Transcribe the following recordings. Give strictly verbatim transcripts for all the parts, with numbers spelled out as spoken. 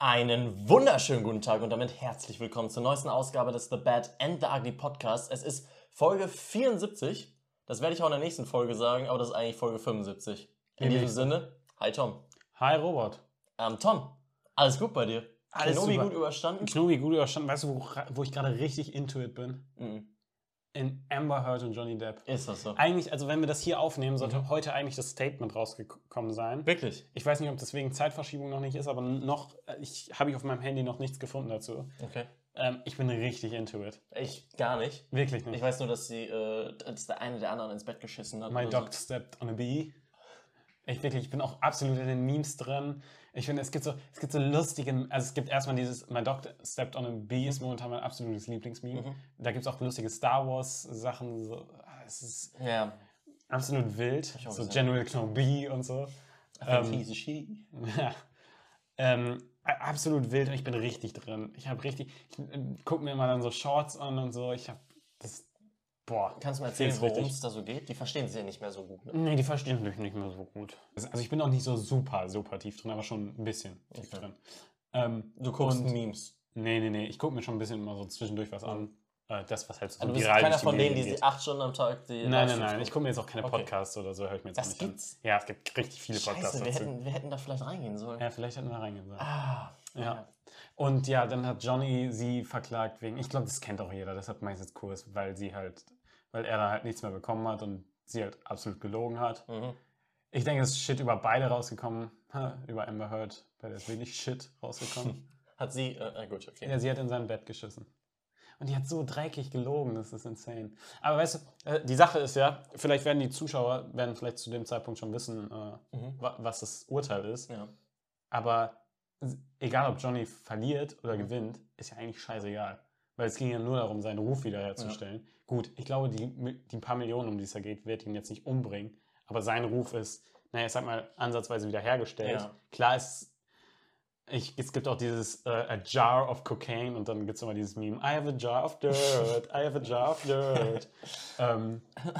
Einen wunderschönen guten Tag und damit herzlich willkommen zur neuesten Ausgabe des The Bad and the Ugly Podcast. Es ist Folge vierundsiebzig. Das werde ich auch in der nächsten Folge sagen, aber das ist eigentlich Folge fünfundsiebzig. In diesem Sinne, hi Tom. Hi Robert. Ähm, Tom, alles gut bei dir? Alles Knobi super. gut überstanden? Knobi gut überstanden. Weißt du, wo, wo ich gerade richtig into it bin? Mhm. In Amber Heard und Johnny Depp. Ist das so? Eigentlich, also wenn wir das hier aufnehmen, sollte Mhm. heute eigentlich das Statement rausgekommen sein. Wirklich? Ich weiß nicht, ob das wegen Zeitverschiebung noch nicht ist, aber noch, ich habe ich auf meinem Handy noch nichts gefunden dazu. Okay. Ähm, ich bin richtig into it. Ich gar nicht. Wirklich nicht. Ich weiß nur, dass sie, äh, dass der eine der anderen ins Bett geschissen hat. My oder dog stepped on a bee. Ich wirklich, ich bin auch absolut in den Memes drin. Ich finde, es gibt so, es gibt so lustige, also es gibt erstmal dieses My dog stepped on a bee ist momentan mein absolutes Lieblingsmeme. Mhm. Da gibt es auch lustige Star Wars Sachen. So, es ist So. Ja. absolut wild. Ich auch So gesehen. General Knobi und so. I think Ähm, he's a she. Ja. Ähm, absolut wild und ich bin richtig drin. Ich habe richtig, ich äh, gucke mir immer dann so Shorts an und so. Ich habe das, boah. Kannst du mir erzählen, ist worum richtig- es da so geht? Die verstehen sie ja nicht mehr so gut. Ne? Nee, die verstehen mich nicht mehr so gut. Also ich bin auch nicht so super, super tief drin, aber schon ein bisschen tief Okay. drin. Ähm, Du guckst und- Memes. Nee, nee, nee. Ich gucke mir schon ein bisschen immer so zwischendurch was an. Äh, das, was halt so Also du bist viral keiner durch die von denen, die Medien sie geht. acht Stunden am Tag die Nein, nein, Livestreams nein. Ich gucke mir jetzt auch keine Okay. Podcasts oder so, höre ich mir jetzt Das auch nicht an. gibt's? Ja, es gibt richtig viele Podcasts Scheiße, wir dazu. hätten, wir hätten da vielleicht reingehen sollen. Ja, vielleicht hätten wir reingehen sollen. Ah, Ja. Und ja, dann hat Johnny sie verklagt wegen, ich glaube, das kennt auch jeder, deshalb mache ich es jetzt kurz, weil sie halt, weil er da halt nichts mehr bekommen hat und sie halt absolut gelogen hat. Mhm. Ich denke, es ist Shit über beide rausgekommen, Ha, über Amber Heard, bei der ist wenig Shit rausgekommen. Hat sie, äh, na gut, okay. Ja, sie hat in sein Bett geschissen. Und die hat so dreckig gelogen, das ist insane. Aber weißt du, äh, die Sache ist ja, vielleicht werden die Zuschauer, werden vielleicht zu dem Zeitpunkt schon wissen, äh, Mhm. wa- was das Urteil ist. Ja. Aber s- egal, ob Johnny verliert oder gewinnt, ist ja eigentlich scheißegal. Weil es ging ja nur darum, seinen Ruf wiederherzustellen. Gut, ich glaube, die, Mi- die paar Millionen, um die es da geht, wird ihn jetzt nicht umbringen. Aber sein Ruf ist, naja, ich sag mal, ansatzweise wiederhergestellt. Ja. Klar ist, ich, es gibt auch dieses äh, a jar of cocaine und dann gibt es immer dieses Meme, I have a jar of dirt, I have a jar of dirt. ähm,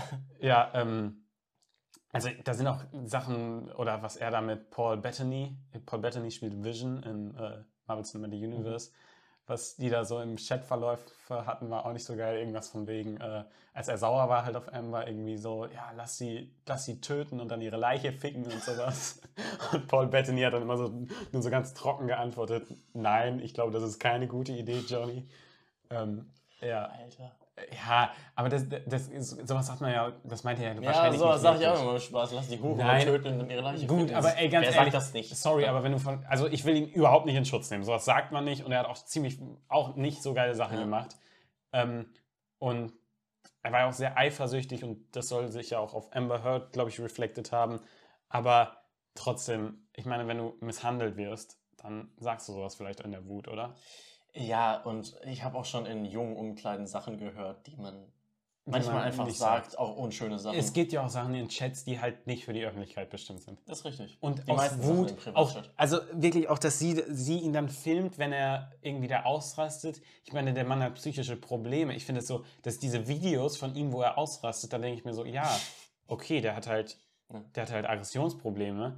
ja, ähm, also da sind auch Sachen, oder was er da mit Paul Bettany, Paul Bettany spielt Vision in äh, Marvel Cinematic Universe, was die da so im Chatverlauf hatten, war auch nicht so geil. Irgendwas von wegen, äh, als er sauer war halt auf Amber, irgendwie so, ja, lass sie, lass sie töten und dann ihre Leiche ficken und sowas. Und Paul Bettany hat dann immer so, nur so ganz trocken geantwortet, nein, ich glaube, das ist keine gute Idee, Johnny. Ähm, ja, Alter. ja, aber das, das ist, sowas sagt man ja, das meint er ja Ja, wahrscheinlich so nicht sag ich auch wirklich. immer im Spaß. Lass die Hure Nein. töten und ihre Leiche Gut, ficken. aber ey, ganz Wer ehrlich, sagt das nicht? sorry, aber wenn du von, also ich will ihn überhaupt nicht in Schutz nehmen, sowas sagt man nicht und er hat auch ziemlich, auch nicht so geile Sachen Ja. gemacht. Ähm, und er war ja auch sehr eifersüchtig und das soll sich ja auch auf Amber Heard, glaube ich, reflected haben. Aber trotzdem, ich meine, wenn du misshandelt wirst, dann sagst du sowas vielleicht in der Wut, oder? Ja, und ich habe auch schon in jungen Umkleiden Sachen gehört, die man Die manchmal man einfach nicht sagt, auch unschöne Sachen. Es gibt ja auch Sachen in Chats, die halt nicht für die Öffentlichkeit bestimmt sind. Das ist richtig. Und Die aus meisten Sachen Wut, im auch, Privatchat. also wirklich auch, dass sie, sie ihn dann filmt, wenn er irgendwie da ausrastet. Ich meine, der Mann hat psychische Probleme. Ich finde es so, dass diese Videos von ihm, wo er ausrastet, da denke ich mir so, ja, okay, der hat halt, Ja. der hat halt Aggressionsprobleme.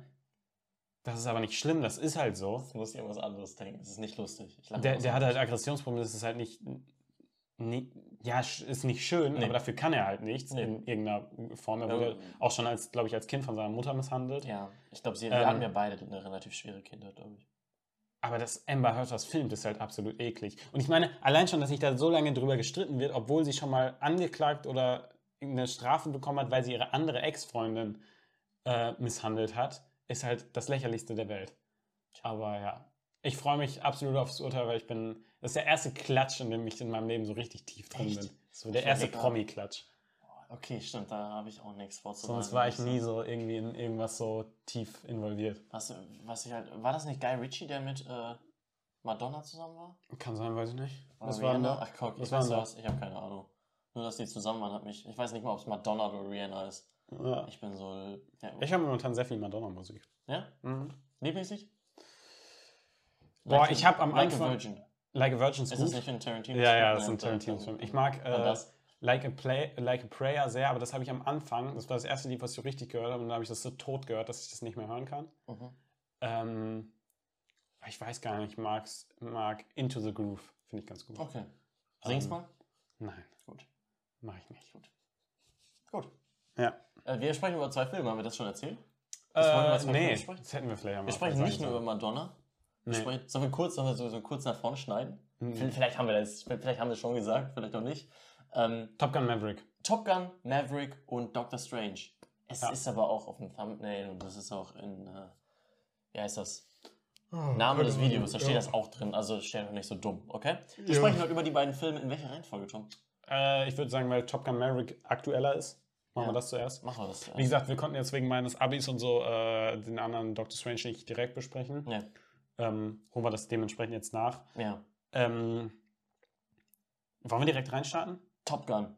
Das ist aber nicht schlimm, das ist halt so. Du musst irgendwas anderes denken. Das ist nicht lustig. Ich lache Der, aus der hat dem halt Aggressionsprobleme, das ist halt nicht, nie, ja, sch- ist nicht schön, Nee. aber dafür kann er halt nichts Nee. in irgendeiner Form. Er Ja. wurde auch schon als, glaube ich, als Kind von seiner Mutter misshandelt. Ja, ich glaube, sie Ähm, wir haben ja beide eine relativ schwere Kindheit, glaube ich. Aber dass Amber Heard das filmt, ist halt absolut eklig. Und ich meine, allein schon, dass sich da so lange drüber gestritten wird, obwohl sie schon mal angeklagt oder eine Strafe bekommen hat, weil sie ihre andere Ex-Freundin äh, misshandelt hat, ist halt das Lächerlichste der Welt. Aber ja, ich freue mich absolut aufs Urteil, weil ich bin, das ist der erste Klatsch, in dem ich in meinem Leben so richtig tief drin Echt? bin. So der Ich erste überleg grad. Promi-Klatsch. Okay, stimmt, da habe ich auch nichts vorzusagen. Sonst war ich muss nie sagen. so irgendwie in irgendwas so tief involviert. Was, was ich halt, war das nicht Guy Ritchie, der mit äh, Madonna zusammen war? Kann sein, weiß ich nicht. Oder Was war denn Rihanna? da? Ach, guck, Was ich war weiß denn da? was, ich habe keine Ahnung. Nur, dass die zusammen waren, hat mich, ich weiß nicht mal, ob es Madonna oder Rihanna ist. Ja. Ich bin so, ja, Ich höre momentan sehr viel Madonna-Musik. ja? Mhm. Lieblingslied? Boah, Like a- ich habe am like Anfang... a Virgin. Like a Virgin ist Ist gut. das nicht ein Tarantino? Ja, ja, das ist Nein, ein Tarantino-Film. Ich mag dann äh, das. like, a Play, like a Prayer sehr, aber das habe ich am Anfang, das war das erste Lied, was ich so richtig gehört habe, und dann habe ich das so tot gehört, dass ich das nicht mehr hören kann. Mhm. Ähm, ich weiß gar nicht, ich mag's, mag Into the Groove. Finde ich ganz gut. Okay. Sing's Ähm, mal? Nein. Gut. Mach ich nicht. Gut. Gut. Ja. Äh, wir sprechen über zwei Filme, haben wir das schon erzählt? Das wollen wir Äh, über zwei nee, Filme sprechen? das hätten wir vielleicht am Wir Anfang sprechen nicht sagen nur über sollen. Madonna. Wir Nee. sprechen, sollen wir kurz, sollen wir so, so kurz nach vorne schneiden? Mhm. Vielleicht haben wir das, vielleicht haben wir es schon gesagt, vielleicht auch nicht. Ähm, Top Gun Maverick. Top Gun, Maverick und Doctor Strange. Es Ja. ist aber auch auf dem Thumbnail und das ist auch in, äh, wie heißt das? Oh, Name des Videos, da steht ja. das auch drin, also steht doch nicht so dumm, okay? Wir Ja. sprechen heute über die beiden Filme. In welcher Reihenfolge, Tom? Äh, ich würde sagen, weil Top Gun Maverick aktueller ist, machen Ja. wir das zuerst. Machen wir das. Wie gesagt, wir konnten jetzt wegen meines Abis und so äh, den anderen Doctor Strange nicht direkt besprechen. Ja. Ähm, holen wir das dementsprechend jetzt nach. Ja. Ähm, wollen wir direkt reinstarten? Top Gun.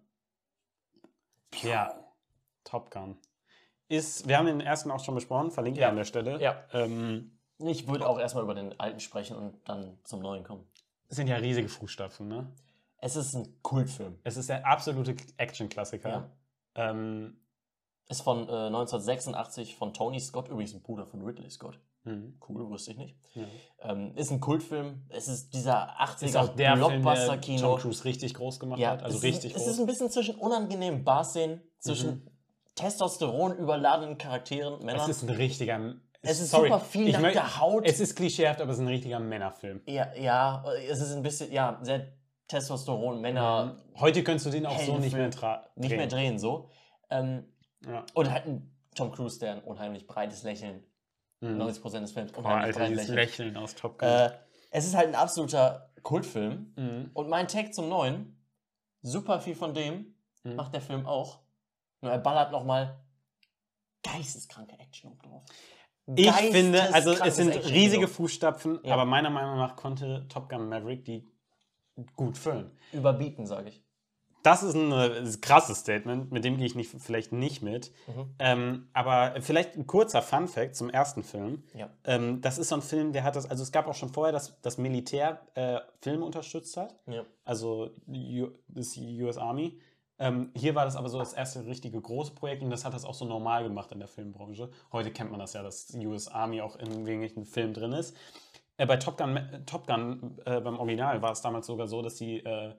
Ja. Top Gun. Ist, wir haben den ersten auch schon besprochen, verlinke ich Ja. an der Stelle. Ja. Ähm, Ich würde auch erstmal über den alten sprechen und dann zum neuen kommen. es sind ja riesige Fußstapfen, ne? Es ist ein Kultfilm. Es ist der absolute Action-Klassiker. Ja. Ähm, Ist von äh, neunzehnhundertsechsundachtzig von Tony Scott, übrigens ein Bruder von Ridley Scott. mhm. Cool, wusste ich nicht. Ja. Ähm, ist ein Kultfilm. Es ist dieser Ist auch der Film, der Tom Blockbuster-Kino. Cruise richtig groß gemacht Ja, hat. Also es richtig ist, es groß. ist ein bisschen zwischen unangenehmen Barszenen, zwischen Mhm. Testosteron überladenen Charakteren, Männern. Es ist ein richtiger... Es ist sorry, super viel ich nach mö- der Haut. Es ist klischeehaft, aber es ist ein richtiger Männerfilm. ja, ja, es ist ein bisschen, ja, sehr Testosteron, Männer Heute könntest du den auch so nicht mehr, Heldenfilm. tra- nicht mehr drehen so. Ähm, Ja. und halt ein Tom Cruise, der ein unheimlich breites Lächeln, Mhm. neunzig Prozent des Films, Boah, unheimlich Alter, breites dieses Lächeln. Lächeln aus Top Gun. Äh, es ist halt ein absoluter Kultfilm. Mhm. Und mein Take zum Neuen, super viel von dem Mhm. macht der Film auch. Nur er ballert nochmal geisteskranke Action oben drauf. Ich finde, also es Geisteskrankes sind Action-Kino. riesige Fußstapfen, Ja. aber meiner Meinung nach konnte Top Gun Maverick die gut füllen. Überbieten, sage ich. Das ist ein äh, krasses Statement, mit dem gehe ich nicht, vielleicht nicht mit. Mhm. Ähm, aber vielleicht ein kurzer Fun-Fact zum ersten Film. Ja. Ähm, das ist so ein Film, der hat das, also es gab auch schon vorher, dass das Militär äh, Filme unterstützt hat. Ja. Also U- das U S Army. Ähm, hier war das aber so das erste richtige große Projekt und das hat das auch so normal gemacht in der Filmbranche. Heute kennt man das ja, dass U S Army auch in irgendwelchen Filmen drin ist. Äh, bei Top Gun, äh, Top Gun äh, beim Original war es damals sogar so, dass die äh,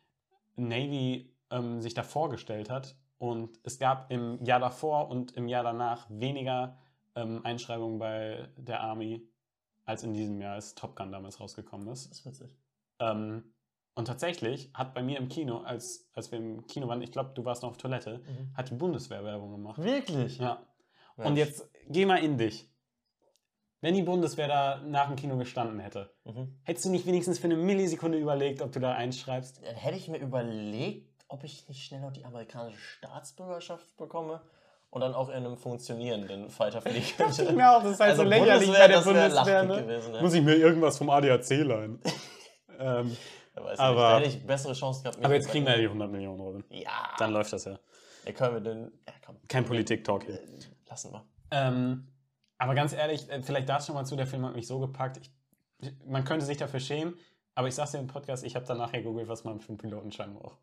Navy ähm, sich da vorgestellt hat und es gab im Jahr davor und im Jahr danach weniger ähm, Einschreibungen bei der Army als in diesem Jahr, als Top Gun damals rausgekommen ist. Das ist witzig. Ähm, und tatsächlich hat bei mir im Kino, als, als wir im Kino waren, ich glaube, du warst noch auf Toilette, Mhm. hat die Bundeswehr Werbung gemacht. Wirklich? Ja. Mensch. Und jetzt geh mal in dich. Wenn die Bundeswehr da nach dem Kino gestanden hätte, Mhm. hättest du nicht wenigstens für eine Millisekunde überlegt, ob du da einschreibst? Dann hätte ich mir überlegt, ob ich nicht schnell noch die amerikanische Staatsbürgerschaft bekomme und dann auch in einem funktionierenden Fighter fliegen könnte. Ich mir auch, das ist halt Also so lächerlich Bundeswehr, bei der das wär Bundeswehr. lachig Ne? gewesen, ja. Muss ich mir irgendwas vom A D A C leihen? ähm, Wer weiß Aber- nicht. Da hätte ich bessere Chancen gehabt. mich aber jetzt zu kriegen wir ja sagen. die hundert Millionen, Robin. Ja. Dann läuft das ja. Ja, können wir den. Ja, komm. Kein Politik-Talk hier. Äh, Lassen wir. Ähm, aber ganz ehrlich, äh, vielleicht das schon mal zu, der Film hat mich so gepackt. Ich, man könnte sich dafür schämen, aber ich sag's dir im Podcast, ich habe danach gegoogelt, was man für einen Pilotenschein braucht.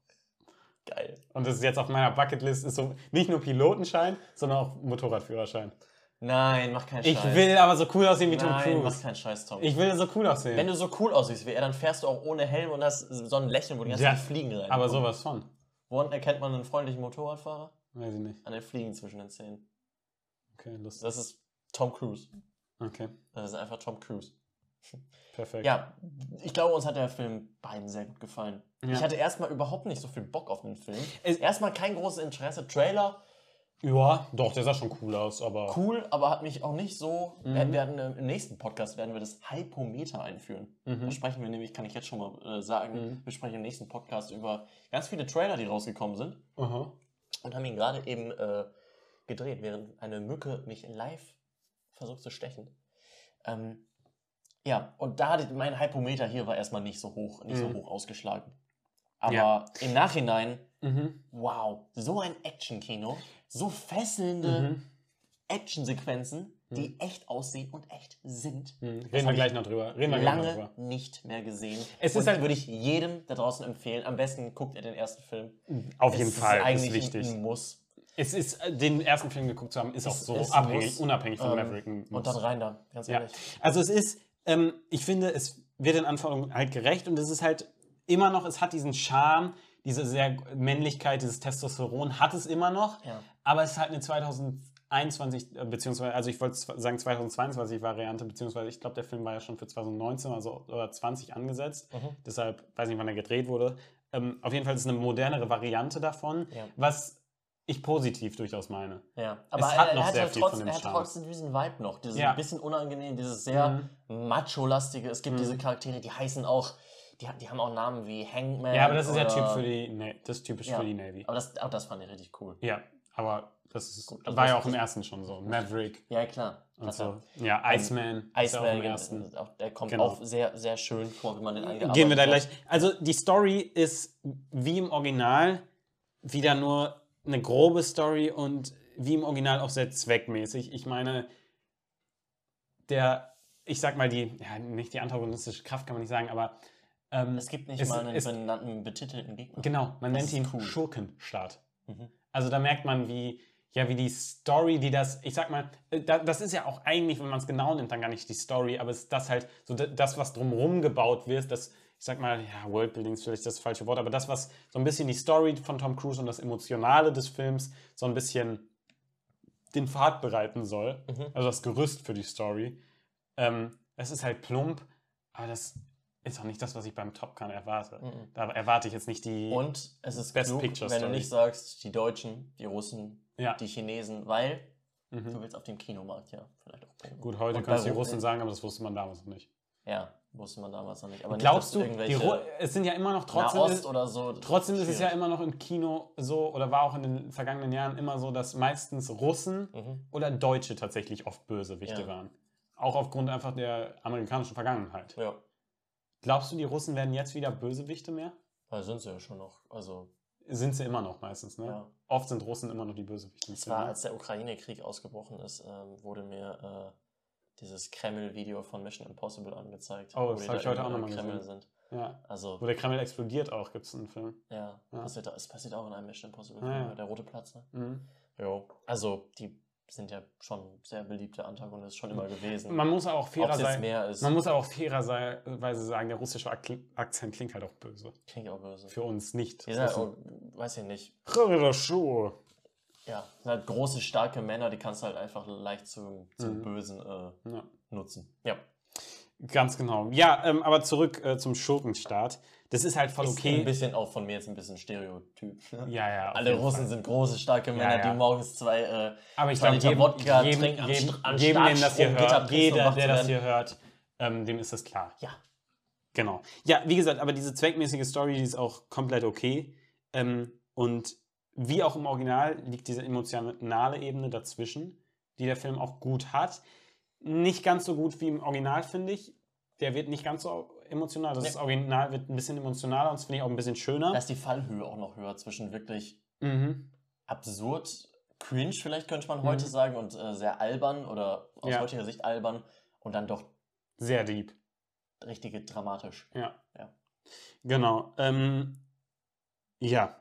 Geil. Und das ist jetzt auf meiner Bucketlist, ist so nicht nur Pilotenschein, sondern auch Motorradführerschein. Nein, mach keinen Scheiß. Ich will aber so cool aussehen wie Tom Nein, mach Cruise. keinen Scheiß, Tom. Ich will so cool aussehen. Wenn du so cool aussiehst wie er, dann fährst du auch ohne Helm und hast so ein Lächeln, wo die ganzen Ja, Fliegen rein. aber sowas von. Woran erkennt man einen freundlichen Motorradfahrer? Weiß ich nicht. An den Fliegen zwischen den Zähnen. Okay, lustig. Das ist Tom Cruise. Okay, Das ist einfach Tom Cruise. perfekt. Ja, ich glaube, uns hat der Film beiden sehr gut gefallen. Ja. Ich hatte erstmal überhaupt nicht so viel Bock auf den Film. Es- Erstmal kein großes Interesse. Trailer, Ja, doch, der sah schon cool aus, aber. cool, aber hat mich auch nicht so. Mhm. Wir werden äh, im nächsten Podcast werden wir das Hypometer einführen. Mhm. Da sprechen wir nämlich, kann ich jetzt schon mal äh, sagen, Mhm. wir sprechen im nächsten Podcast über ganz viele Trailer, die rausgekommen sind Aha. und haben ihn gerade eben äh, gedreht, während eine Mücke mich live versucht zu stechen. Ähm, ja, und da hatte ich, mein Hypometer hier war erstmal nicht so hoch, nicht Mhm. so hoch ausgeschlagen. Aber Ja. im Nachhinein, Mhm. wow, so ein Action-Kino, so fesselnde Mhm. Actionsequenzen, die echt aussehen und echt sind. Mhm. Das Reden wir hab gleich ich noch drüber. Reden wir gleich noch lange drüber. nicht mehr gesehen. Es und ist halt- würde ich jedem da draußen empfehlen. Am besten guckt ihr den ersten Film. Auf Es jeden ist Fall, ist eigentlich wichtig. ein Muss. Es ist, äh, den ersten Film geguckt zu haben, ist auch Es so ist ein abhängig, Muss. unabhängig von Ähm, Maverick. ein Und Muss. dann rein da, ganz Ja. ehrlich. Also es ist, ähm, ich finde, es wird den Anforderungen halt gerecht und es ist halt immer noch, es hat diesen Charme, diese sehr Männlichkeit, dieses Testosteron hat es immer noch, Ja. aber es ist halt eine zweitausendeinundzwanzig, äh, beziehungsweise, also ich wollte sagen zweitausendzweiundzwanzig Variante, beziehungsweise ich glaube, der Film war ja schon für zweitausendneunzehn also, oder zwanzig angesetzt, Mhm. deshalb weiß nicht, wann er gedreht wurde. Ähm, auf jeden Fall ist es eine modernere Variante davon, Ja. was ich positiv durchaus meine. Ja, aber Es hat er, noch er hat sehr ja viel trotzdem, von dem er hat Charme. trotzdem diesen Vibe noch, dieses Ja. bisschen unangenehm, dieses sehr macho-lastige. Es gibt Mhm. diese Charaktere, die heißen auch, die, die haben auch Namen wie Hangman. Ja, aber das ist ja oder- typ für die, Na- das ist typisch Ja. für die Navy. Aber das, aber das fand ich richtig cool. Ja, aber das ist, Gut, das war ja muss- auch im ersten schon so. Maverick Ja, klar. und Das so. Ja, Iceman. ist ja auch Iceman, im genau, ersten. auch, der kommt Genau. auch sehr, sehr schön vor, wenn man den eingearbeitet Gehen wir da hat. gleich. Also die Story ist wie im Original wieder nur eine grobe Story und wie im Original auch sehr zweckmäßig. Ich meine, der, ich sag mal, die, ja, nicht die antagonistische Kraft kann man nicht sagen, aber ähm, Es gibt nicht es- mal einen es- benannten, betitelten Gegner. genau, man Das nennt ist ihn cool. Schurkenstaat. Mhm. Also da merkt man, wie, ja, wie die Story, die das, ich sag mal, äh, da- das ist ja auch eigentlich, wenn man es genau nimmt, dann gar nicht die Story, aber es ist das halt, so d- das, was drumherum gebaut wird, das, ich sag mal, ja, Worldbuilding ist vielleicht das falsche Wort, aber das, was so ein bisschen die Story von Tom Cruise und das Emotionale des Films so ein bisschen den Pfad bereiten soll, Mhm. also das Gerüst für die Story. Ähm, es ist halt plump, aber das ist auch nicht das, was ich beim Top Gun erwarte. Mhm. Da erwarte ich jetzt nicht die... Und es ist Best klug, Picture wenn du Story. nicht sagst, die Deutschen, die Russen, Ja. die Chinesen, weil Mhm. du willst auf dem Kinomarkt ja vielleicht auch gucken. Gut, heute Und kannst du bei die Ru- Russen sagen, aber das wusste man damals noch nicht. Ja, wusste man damals noch nicht. Aber Glaubst du, nicht, dass die irgendwelche Ru es sind ja immer noch trotzdem, Nahost ist, oder so. trotzdem ist es ja schwierig. immer noch im Kino so, oder war auch in den vergangenen Jahren immer so, dass meistens Russen Mhm. oder Deutsche tatsächlich oft Bösewichte Ja. waren. Auch aufgrund einfach der amerikanischen Vergangenheit. Ja, Glaubst du, die Russen werden jetzt wieder Bösewichte mehr? da sind sie ja schon noch. Also, Sind sie immer noch meistens, ne? Ja. Oft sind Russen immer noch die Bösewichte. im es Film, war, ne? als der Ukraine-Krieg ausgebrochen ist, ähm, wurde mir äh, dieses Kreml-Video von Mission Impossible angezeigt. Oh, wo das die hab ich da heute im, auch noch äh, mal Kreml gesehen. sind. Ja. Also, Wo der Kreml explodiert auch, gibt es einen Film. ja, Ja. Passiert, es passiert auch in einem Mission Impossible, Ah, ja. Film, der Rote Platz, ne? Mhm. Jo, also die sind ja schon sehr beliebte Antagonisten, schon immer gewesen. Man muss auch Ob fairer es jetzt sein. mehr ist, Man muss aber auch fairerweise sagen, der russische Ak- Akzent klingt halt auch böse. klingt auch böse. Für uns nicht. Die sind halt auch, weiß ich nicht, Russen. ja, sind halt große, starke Männer, die kannst du halt einfach leicht zum, zum Mhm. Bösen äh, Ja. nutzen. Ja, Ganz genau. Ja, ähm, aber zurück äh, zum Schurkenstaat. Das ist halt voll ist ein okay. bisschen auch von mir jetzt ein bisschen Stereotyp. Ne? Ja, ja. auf Alle jeden Russen Fall. sind große, starke Männer, ja. die morgens zwei äh, Aber ich zwei glaube, Liter jedem, Wodka jedem, trinken, am jedem, St- an jedem, dem das hier Starkstrom hört, Gitter pissen, um jeder, wach der zu das werden. hier hört, ähm, dem ist das klar. Ja, Genau. Ja, wie gesagt, aber diese zweckmäßige Story, die ist auch komplett okay. Ähm, und wie auch im Original liegt diese emotionale Ebene dazwischen, die der Film auch gut hat. Nicht ganz so gut wie im Original, finde ich. Der wird nicht ganz so emotional. Das Nee. ist Original wird ein bisschen emotionaler und das finde ich auch ein bisschen schöner. da ist die Fallhöhe auch noch höher zwischen wirklich Mhm. absurd, cringe vielleicht könnte man Mhm. heute sagen und äh, sehr albern oder aus Ja. heutiger Sicht albern und dann doch Sehr deep. richtige dramatisch. Ja. Ja. Genau. Ähm, ja.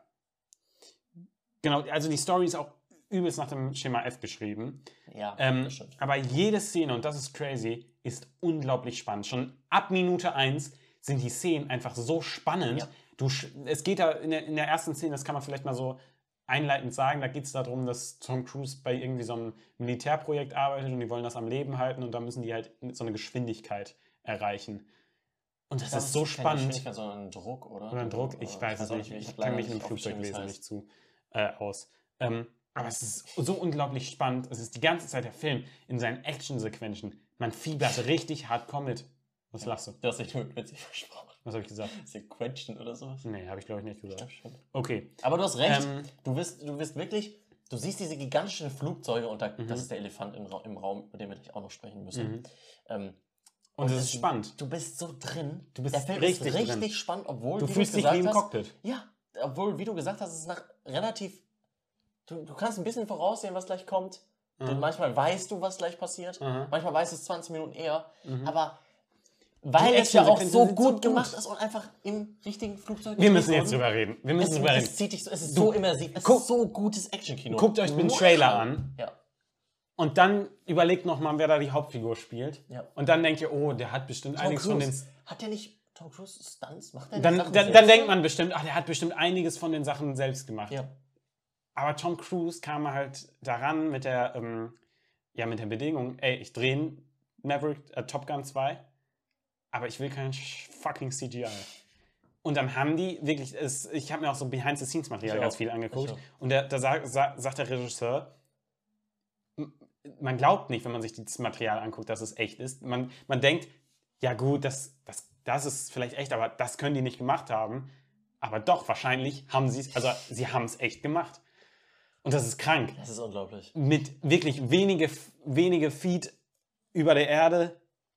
Genau, also die Story ist auch übelst nach dem Schema F geschrieben. Ja, Ähm, das stimmt. aber jede Szene, und das ist crazy, ist unglaublich spannend. Schon ab Minute eins sind die Szenen einfach so spannend. Ja. Du, sch- es geht da in der, in der ersten Szene, das kann man vielleicht mal so einleitend sagen, da geht es darum, dass Tom Cruise bei irgendwie so einem Militärprojekt arbeitet und die wollen das am Leben halten und da müssen die halt so eine Geschwindigkeit erreichen. Und das Ich glaub, ist so es keine spannend. Geschwindigkeit, sondern ein Druck, oder? Oder ein Druck, ich Oder- weiß es auch nicht. Ich hab kenne leider mich im nicht Flugzeugwesen aufgeschrieben, wie es nicht zu äh, aus. Ähm, aber es ist so unglaublich spannend. Es ist die ganze Zeit der Film in seinen Actionsequenzen. Man fiebert richtig hardcore mit. Was lachst du? heißt. Du hast dich nur witzig versprochen. Was habe ich gesagt? Sequenchen oder sowas. Nee, habe ich glaube ich nicht Ich gesagt. glaub schon. Okay. Aber du hast recht. Ähm, du, wirst, du wirst wirklich, du siehst diese gigantischen Flugzeuge und da, Mhm. das ist der Elefant im, Ra im Raum, über den wir gleich auch noch sprechen müssen. Mhm. Ähm, Und es ist spannend. Du bist so drin. Du bist der Film richtig ist richtig drin. spannend, obwohl Du wie fühlst du dich gesagt wie im hast, Cockpit. Ja, obwohl, wie du gesagt hast, es ist nach relativ. Du, du kannst ein bisschen voraussehen, was gleich kommt. Denn Mhm. manchmal weißt du, was gleich passiert. Mhm. Manchmal weißt du es zwanzig Minuten eher. Mhm. Aber weil es ja auch Actionsequenzen so sind gut so gut. gemacht ist und einfach im richtigen Flugzeug. Wir müssen gedreht jetzt wurde, drüber reden. Wir müssen Es, drüber es reden. zieht dich so, es ist Du, so immersiv. Es guck- ist so gutes Actionkino. Guckt euch den Wow. Trailer an. Ja. Und dann überlegt nochmal, wer da die Hauptfigur spielt. Ja. Und dann denkt ihr, oh, der hat bestimmt Tom einiges Cruise. von den... Hat der nicht Tom Cruise Stunts? Macht der Dann, Sachen dann, selbst? dann denkt man bestimmt, ach, der hat bestimmt einiges von den Sachen selbst gemacht. Ja. Aber Tom Cruise kam halt daran mit der, ähm, ja, mit der Bedingung, ey, ich drehe Maverick, äh, Top Gun zwei, aber ich will kein fucking C G I. Und dann haben die wirklich, es, ich habe mir auch so Behind-the-Scenes-Material Ich ganz auch. viel angeguckt. Ich auch. Und der, da sa sa sagt der Regisseur, m- man glaubt nicht, wenn man sich das Material anguckt, dass es echt ist. Man, man denkt, ja gut, das, das, das ist vielleicht echt, aber das können die nicht gemacht haben. Aber doch, wahrscheinlich haben sie es, also sie haben es echt gemacht. Und das ist krank. Das ist unglaublich. Mit wirklich wenige, wenige Feet über der Erde.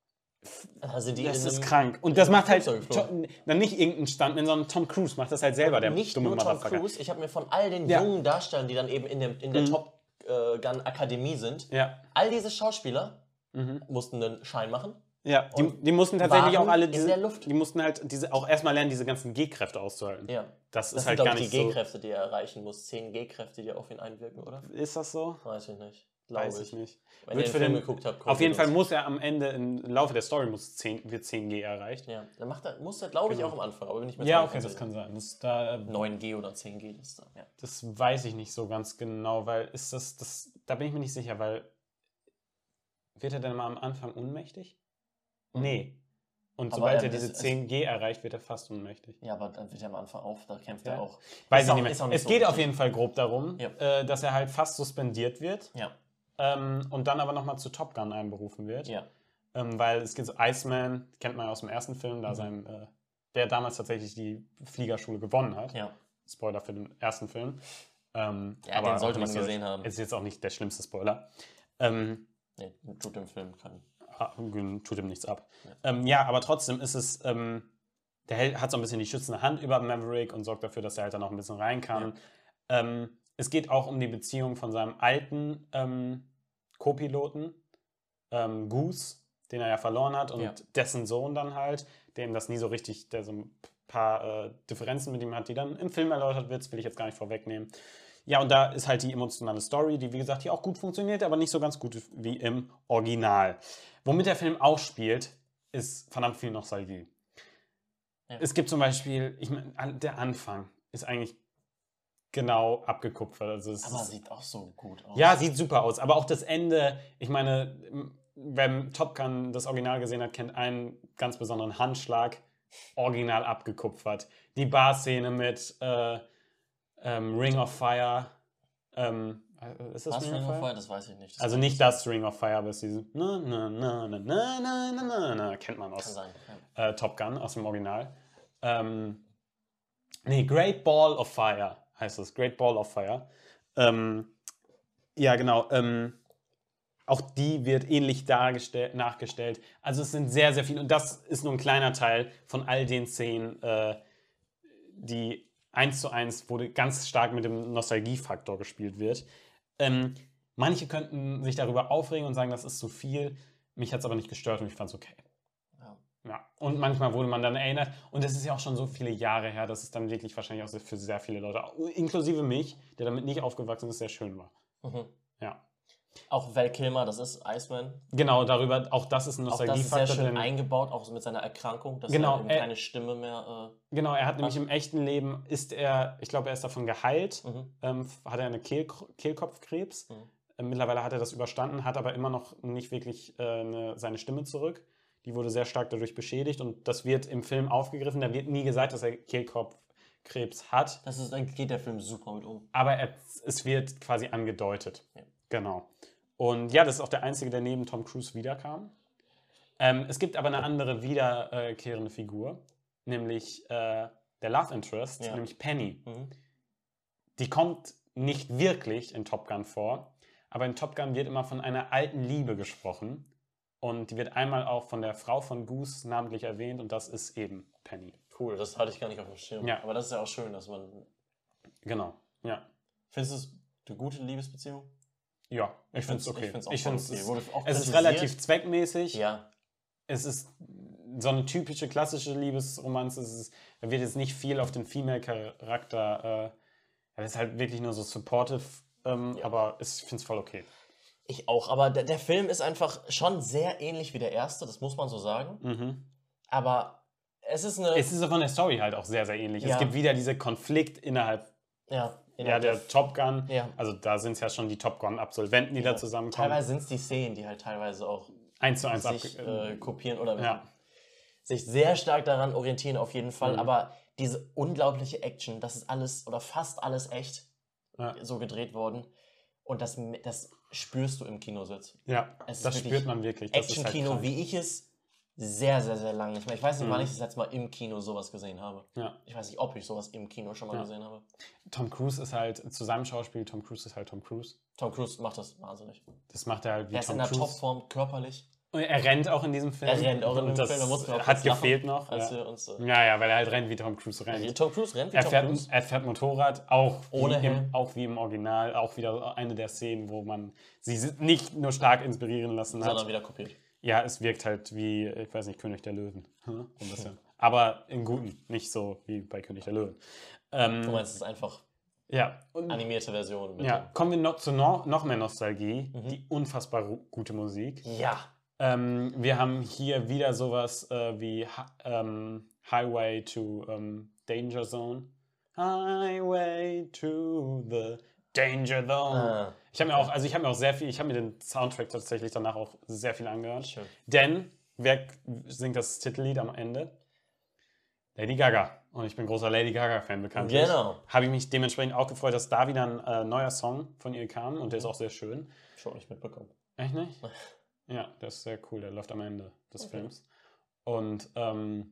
Also die Das in ist einem- krank. Und das macht halt Flugzeug geflogen. Tom, dann nicht irgendein Stuntman, sondern Tom Cruise macht das halt selber, der Nicht dumme nur Tom Motherfucker. Cruise, ich habe mir von all den Ja. jungen Darstellern, die dann eben in der, in der Mhm. Top äh, Gun Akademie sind, Ja. all diese Schauspieler Mhm. mussten einen Schein machen. Ja, die, Und die mussten tatsächlich waren auch alle in diese, der Luft. die mussten halt diese auch erstmal lernen, diese ganzen G-Kräfte auszuhalten. Ja. Das, Das ist sind, halt glaube gar ich, nicht die so. G-Kräfte, die er erreichen muss. Zehn G-Kräfte, die auf ihn einwirken, oder? Ist das so? Weiß ich nicht. Glaube Weiß ich. ich nicht. Wenn Wird ihr für den Film den- geguckt habt, Auf jeden Fall korrigiert muss er am Ende, im Laufe der Story, muss zehn, wird zehn G erreicht. uns. Ja, dann macht er, muss er, glaube ich, Genau. auch am Anfang, aber bin ich mir Ja, jetzt okay, nicht das sicher. kann sein. Das, da, neun G oder zehn G ist da, ja. das weiß ich nicht so ganz genau, weil ist das, das, da bin ich mir nicht sicher, weil wird er denn mal am Anfang ohnmächtig? Nee. Und Aber sobald er er diese ist- zehn G erreicht, wird er fast ohnmächtig. Ja, aber dann wird er am Anfang auf, da kämpft Ja. er auch. Weiß Ist ich auch- nicht mehr. ist auch nicht Es so geht auf wichtig. jeden Fall grob darum, Ja. äh, dass er halt fast suspendiert wird Ja, ähm, und dann aber nochmal zu Top Gun einberufen wird. ja. Ähm, weil es gibt so Iceman, kennt man ja aus dem ersten Film, da Mhm. sein, äh, der damals tatsächlich die Fliegerschule gewonnen hat. Ja, Spoiler für den ersten Film. Ähm, ja den sollte auch man nicht so- gesehen haben. Ist jetzt auch nicht der schlimmste Spoiler. Ähm, Nee, tut dem Film keinen. ah, tut ihm nichts ab. Ja. Ähm, ja, aber trotzdem ist es, ähm, der Held hat so ein bisschen die schützende Hand über Maverick und sorgt dafür, dass er halt dann auch ein bisschen rein kann. Ähm, es geht auch um die Beziehung von seinem alten ähm, Co-Piloten, ähm, Goose, den er ja verloren hat, und Ja. dessen Sohn dann halt, dem das nie so richtig, der so ein paar äh, Differenzen mit ihm hat, die dann im Film erläutert wird, das will ich jetzt gar nicht vorwegnehmen. Ja, und da ist halt die emotionale Story, die wie gesagt hier auch gut funktioniert, aber nicht so ganz gut wie im Original. Womit der Film auch spielt, ist verdammt viel Nostalgie. Ja. Es gibt zum Beispiel, ich meine, an- der Anfang ist eigentlich genau abgekupfert. Also es Aber ist, sieht auch so gut aus. ja, sieht super aus, aber auch das Ende, ich meine, m- wer Top Gun das Original gesehen hat, kennt einen ganz besonderen Handschlag, original abgekupfert. Die Bar-Szene mit äh, ähm, Ring of Fire. Ähm, äh, ist das Was Ring Ring of of Fire? Fire? Das weiß ich nicht. Das Also kann nicht das Ring of Fire, aber es ist dieses na, na, na, na, na, na, na, na, na, kennt man Kann aus sein. Ja. äh, Top Gun, aus dem Original. Ähm, nee, Great Ball of Fire heißt es. Great Ball of Fire. Ähm, ja, genau. Ähm, auch die wird ähnlich dargestellt, nachgestellt. Also es sind sehr, sehr viele. Und das ist nur ein kleiner Teil von all den Szenen, äh, die eins zu eins, wo ganz stark mit dem Nostalgiefaktor gespielt wird. Ähm, manche könnten sich darüber aufregen und sagen, das ist zu viel. Mich hat es aber nicht gestört und ich fand es okay. Ja. Ja, und manchmal wurde man dann erinnert. Und das ist ja auch schon so viele Jahre her, dass es dann wirklich wahrscheinlich auch für sehr viele Leute, inklusive mich, der damit nicht aufgewachsen ist, sehr schön war. Mhm. Ja. Auch Val Kilmer, das ist Iceman. Genau, darüber, auch das ist ein Auch das ist sehr Nostalgiefaktor. schön denn- eingebaut, auch mit seiner Erkrankung, dass Genau, er eben äh, keine Stimme mehr. Genau, er hat nämlich im echten Leben, ist er, ich glaube, er ist davon geheilt, Äh, mhm. ähm, hat er eine Kehl, Kehlkopfkrebs. Mhm. Äh, mittlerweile hat er das überstanden, hat aber immer noch nicht wirklich äh, eine, seine Stimme zurück. Die wurde sehr stark dadurch beschädigt und das wird im Film aufgegriffen. Da wird nie gesagt, dass er Kehlkopfkrebs hat, Das ist, dann geht der Film super mit um. aber er, es wird quasi angedeutet. Ja. Genau. Und ja, das ist auch der einzige, der neben Tom Cruise wiederkam. Ähm, es gibt aber eine andere wiederkehrende Figur, nämlich äh, der Love Interest, Ja. nämlich Penny. Mhm. Die kommt nicht wirklich in Top Gun vor, aber in Top Gun wird immer von einer alten Liebe gesprochen. Und die wird einmal auch von der Frau von Goose namentlich erwähnt und das ist eben Penny. Cool, das hatte ich gar nicht auf dem Schirm. Ja. Aber das ist ja auch schön, dass man. Genau, ja. Findest du es eine gute Liebesbeziehung? Ja, ich finde es find's- okay. ich find's auch Ich voll find's- okay. es, Wurde auch es ist kritisiert. relativ zweckmäßig. Ja. Es ist so eine typische klassische Liebesromanze. Es ist, da wird jetzt nicht viel auf den Female-Charakter. Äh, das ist halt wirklich nur so supportive, ähm, Ja. aber es- ich finde es voll okay. Ich auch, aber der, der Film ist einfach schon sehr ähnlich wie der erste, das muss man so sagen. Mhm. Aber es ist eine... Es ist von der Story halt auch sehr, sehr ähnlich. Ja. Es gibt wieder diese Konflikt innerhalb, Ja, ja, der Top Gun. Ja. Also da sind es ja schon die Top Gun-Absolventen, die ja. da zusammenkommen. Teilweise sind es die Szenen, die halt teilweise auch Eins zu eins sich abge- äh, kopieren oder Ja. sich sehr stark daran orientieren auf jeden Fall. Mhm. Aber diese unglaubliche Action, das ist alles oder fast alles echt Ja. so gedreht worden. Und das, das spürst du im Kinositz. Ja, Es ist das wirklich spürt man wirklich. Das ist halt Action-Kino, krank. wie ich es sehr, sehr, sehr lange nicht mehr. Ich weiß nicht, Mhm. wann ich das letzte Mal im Kino sowas gesehen habe. Ja. Ich weiß nicht, ob ich sowas im Kino schon mal Ja. gesehen habe. Tom Cruise ist halt, zu seinem Schauspiel, Tom Cruise ist halt Tom Cruise. Tom Cruise macht das wahnsinnig. Das macht er halt wie Er ist Tom in der Cruise. Topform körperlich. Und er rennt auch in diesem Film. Er rennt auch in Und dem das Film. Da mussten wir auch hat kurz lachen, gefehlt noch. Als Ja. wir uns, äh, ja, ja, weil er halt rennt, wie Tom Cruise rennt. Tom Cruise rennt wie Er Tom fährt, Cruise. er fährt Motorrad, auch Ohne wie, im, Helm. auch wie im Original. Auch wieder eine der Szenen, wo man sie nicht nur stark inspirieren lassen Sondern hat. wieder kopiert. Ja, es wirkt halt wie, ich weiß nicht, König der Löwen. Hm? Ein bisschen. Aber im Guten, nicht so wie bei König der Löwen. Ähm, Du meinst, es ist einfach ja, und animierte Version. Mit ja, kommen wir noch zu no, noch mehr Nostalgie. Die unfassbar ru- gute Musik. dem- ja. Ähm, wir haben hier wieder sowas äh, wie Hi- ähm, Highway to ähm, Danger Zone. Highway to the Danger Zone. Ah, Ich habe mir auch, also ich habe mir auch sehr viel, ich habe mir den Soundtrack tatsächlich danach auch sehr viel angehört. schön. Denn wer singt das Titellied am Ende? Lady Gaga. Und ich bin großer Lady Gaga-Fan bekanntlich. Genau. Habe ich mich dementsprechend auch gefreut, dass da wieder ein äh, neuer Song von ihr kam und der ist auch sehr schön. Schon nicht mitbekommen. Echt nicht? Ja, der ist sehr cool. Der läuft am Ende des Okay. Films. Und ähm,